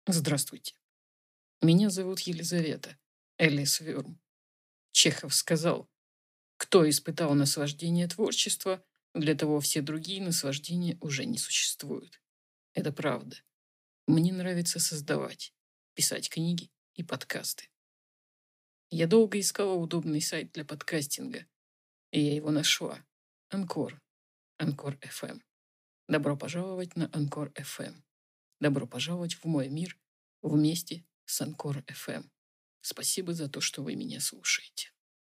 Здравствуйте. Меня зовут Елизавета Элис Вюрм. Чехов сказал, кто испытал наслаждение творчества, для того все другие наслаждения уже не существуют. Это правда. Мне нравится создавать, писать книги и подкасты. Я долго искала удобный сайт для подкастинга, и я его нашла. Анкор. Анкор FM. Добро пожаловать на Анкор FM. Добро пожаловать в мой мир вместе с Анкор FM. Спасибо за то, что вы меня слушаете.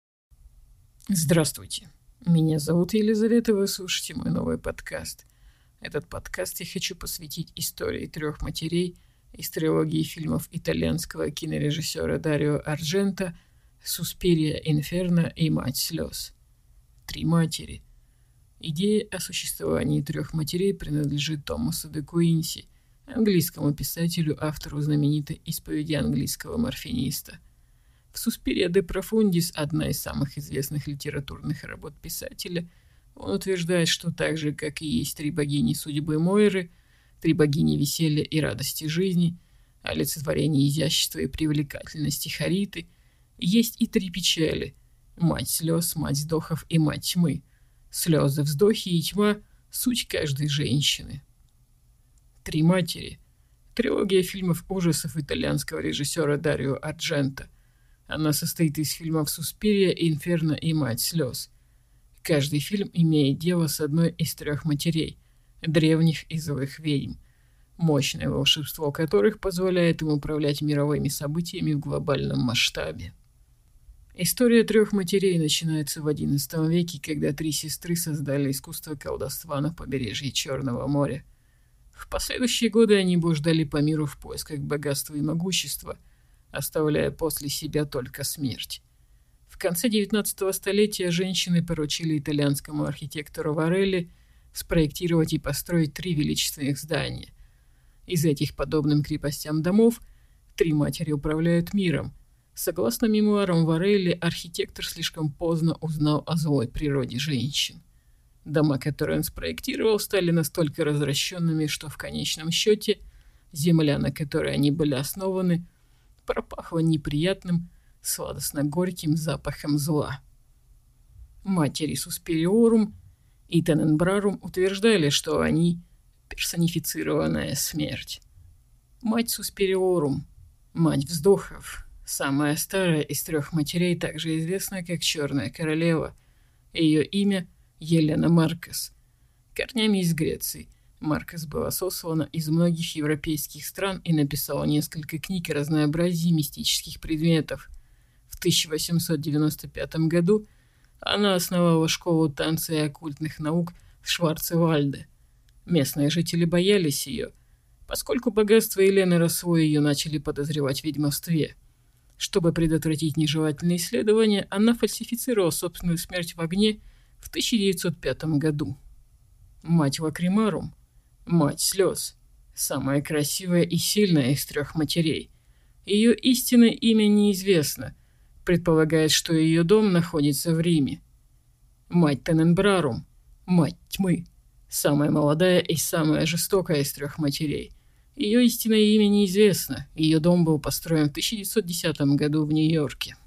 Здравствуйте. Меня зовут Елизавета, вы слушаете мой новый подкаст. Этот подкаст я хочу посвятить истории трех матерей из трилогии фильмов итальянского кинорежиссера Дарио Ардженто «Суспирия Инферно» и «Мать слез». Три матери. Идея о существовании трех матерей принадлежит Томасу де Куинси, английскому писателю, автору знаменитой «Исповеди английского морфиниста». В «Суспирия де профундис», одна из самых известных литературных работ писателя, он утверждает, что так же, как и есть три богини судьбы Мойры, три богини веселья и радости жизни, олицетворение изящества и привлекательности Хариты, есть и три печали – мать слез, мать вздохов и мать тьмы. Слезы, вздохи и тьма – суть каждой женщины. «Три матери» – трилогия фильмов ужасов итальянского режиссера Дарио Ардженто. Она состоит из фильмов «Суспирия», «Инферно» и «Мать слез». Каждый фильм имеет дело с одной из трех матерей – древних и злых ведьм, мощное волшебство которых позволяет им управлять мировыми событиями в глобальном масштабе. История трех матерей начинается в XI веке, когда три сестры создали искусство колдовства на побережье Черного моря. В последующие годы они блуждали по миру в поисках богатства и могущества, оставляя после себя только смерть. В конце XIX столетия женщины поручили итальянскому архитектору Варелли спроектировать и построить три величественных здания. Из этих, подобным крепостям домов, три матери управляют миром. Согласно мемуарам Варелли, архитектор слишком поздно узнал о злой природе женщин. Дома, которые он спроектировал, стали настолько развращенными, что в конечном счете земля, на которой они были основаны, пропахла неприятным, сладостно-горьким запахом зла. Матери Суспириорум и Тененбрарум утверждали, что они – персонифицированная смерть. Мать Суспириорум, мать вздохов, самая старая из трех матерей, также известна как Черная Королева. Ее имя – Елена Маркес. Корнями из Греции. Маркес была сослана из многих европейских стран и написала несколько книг о разнообразии мистических предметов. В 1895 году она основала школу танца и оккультных наук в Шварцевальде. Местные жители боялись ее. Поскольку богатство Елены росло, ее начали подозревать в ведьмовстве. Чтобы предотвратить нежелательные исследования, она фальсифицировала собственную смерть в огне в 1905 году. Мать Лакримарум, мать слез, самая красивая и сильная из трех матерей. Ее истинное имя неизвестно. Предполагает, что ее дом находится в Риме. Мать Тененбрарум, мать тьмы, самая молодая и самая жестокая из трех матерей. Ее истинное имя неизвестно. Ее дом был построен в 1910 году в Нью-Йорке.